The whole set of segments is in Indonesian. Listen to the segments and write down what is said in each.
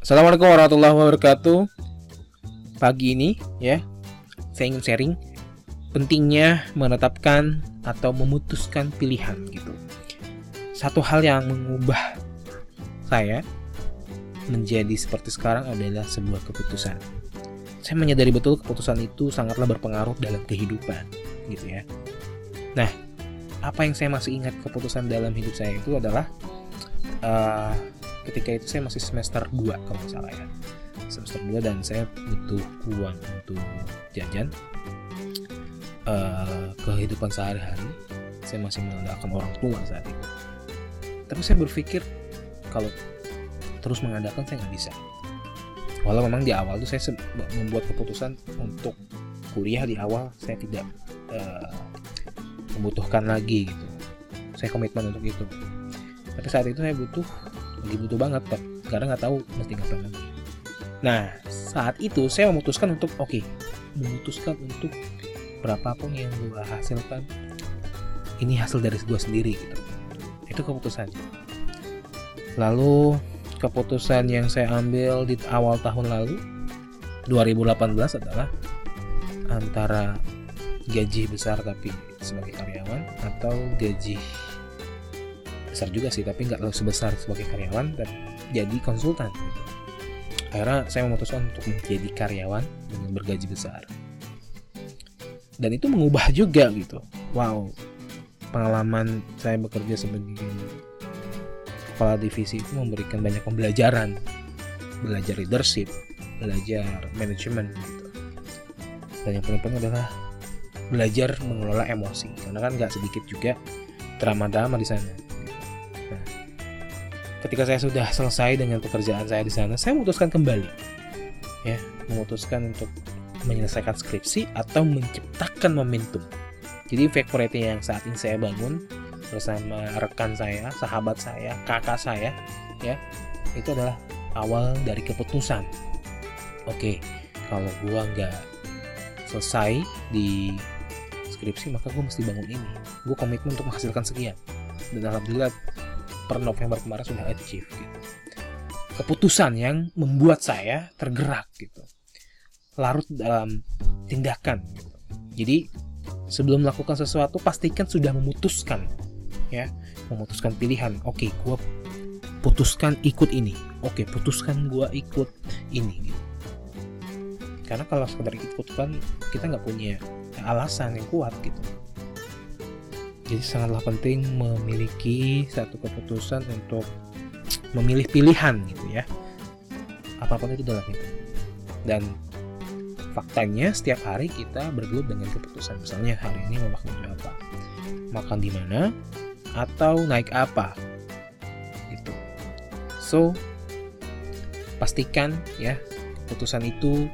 Assalamualaikum warahmatullahi wabarakatuh. Pagi ini ya, saya ingin sharing pentingnya menetapkan atau memutuskan pilihan gitu. Satu hal yang mengubah saya menjadi seperti sekarang adalah sebuah keputusan. Saya menyadari betul keputusan itu sangatlah berpengaruh dalam kehidupan gitu ya. Nah, apa yang saya masih ingat keputusan dalam hidup saya itu adalah ketika itu saya masih semester 2 kalau nggak salah ya, semester 2, dan saya butuh uang untuk jajan kehidupan sehari-hari. Saya masih mengandalkan orang tua saat itu, tapi saya berpikir kalau terus mengandalkan saya nggak bisa. Walau memang di awal itu saya membuat keputusan untuk kuliah, di awal saya tidak membutuhkan lagi gitu, saya komitmen untuk itu. Tapi saat itu saya lagi butuh banget, karena nggak tahu mesti ngapain lagi. Nah, saat itu saya memutuskan untuk untuk berapapun yang gue hasilkan, ini hasil dari gue sendiri gitu. Itu keputusannya. Lalu keputusan yang saya ambil di awal tahun lalu 2018 adalah antara gaji besar tapi sebagai karyawan, atau gaji besar juga sih tapi nggak terlalu sebesar sebagai karyawan dan jadi konsultan. Akhirnya saya memutuskan untuk menjadi karyawan dengan bergaji besar, dan itu mengubah juga gitu. Wow, pengalaman saya bekerja sebagai kepala divisi itu memberikan banyak pembelajaran, belajar leadership, belajar manajemen gitu. Dan yang paling penting adalah belajar mengelola emosi, karena kan nggak sedikit juga drama-drama di sana. Nah, ketika saya sudah selesai dengan pekerjaan saya di sana, saya memutuskan kembali, memutuskan untuk menyelesaikan skripsi atau menciptakan momentum. Jadi vapority yang saat ini saya bangun bersama rekan saya, sahabat saya, kakak saya, itu adalah awal dari keputusan. Oke, kalau gua nggak selesai di skripsi, maka gue mesti bangun ini. Gue komitmen untuk menghasilkan sekian, dan alhamdulillah per November kemarin sudah achieve gitu. Keputusan yang membuat saya tergerak gitu, larut dalam tindakan gitu. Jadi sebelum melakukan sesuatu, pastikan sudah memutuskan pilihan. Oke, gue putuskan ikut ini. Oke, putuskan gue ikut ini gitu. Karena kalau sekedar ikut kan kita nggak punya alasan yang kuat gitu. Jadi sangatlah penting memiliki satu keputusan untuk memilih pilihan gitu ya, apapun itu dalam hidup. Dan faktanya setiap hari kita bergelut dengan keputusan. Misalnya hari ini mau makan apa, makan di mana, atau naik apa gitu. So pastikan ya keputusan itu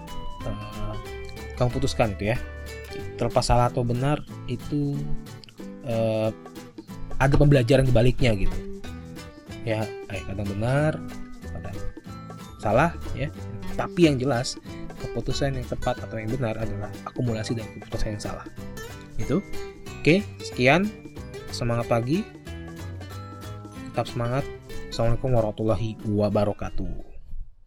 kamu putuskan itu ya. Terlepas salah atau benar, itu ada pembelajaran di baliknya gitu ya. Kadang benar, kadang salah ya, tapi yang jelas keputusan yang tepat atau yang benar adalah akumulasi dari keputusan yang salah itu. Oke, sekian, semangat pagi, tetap semangat. Assalamualaikum warahmatullahi wabarakatuh.